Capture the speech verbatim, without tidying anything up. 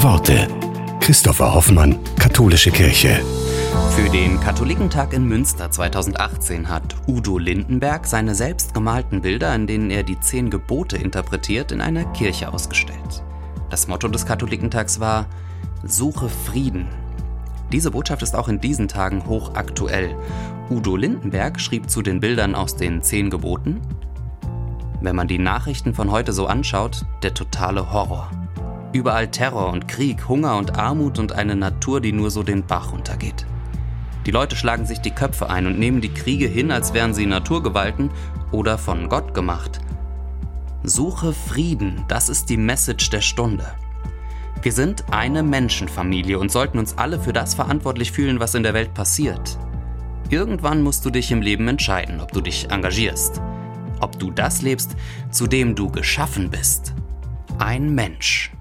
Worte. Christopher Hoffmann, Katholische Kirche. Für den Katholikentag in Münster zweitausendachtzehn hat Udo Lindenberg seine selbst gemalten Bilder, in denen er die zehn Gebote interpretiert, in einer Kirche ausgestellt. Das Motto des Katholikentags war: Suche Frieden. Diese Botschaft ist auch in diesen Tagen hochaktuell. Udo Lindenberg schrieb zu den Bildern aus den zehn Geboten: Wenn man die Nachrichten von heute so anschaut, der totale Horror. Überall Terror und Krieg, Hunger und Armut und eine Natur, die nur so den Bach runtergeht. Die Leute schlagen sich die Köpfe ein und nehmen die Kriege hin, als wären sie Naturgewalten oder von Gott gemacht. Suche Frieden, das ist die Message der Stunde. Wir sind eine Menschenfamilie und sollten uns alle für das verantwortlich fühlen, was in der Welt passiert. Irgendwann musst du dich im Leben entscheiden, ob du dich engagierst. Ob du das lebst, zu dem du geschaffen bist. Ein Mensch.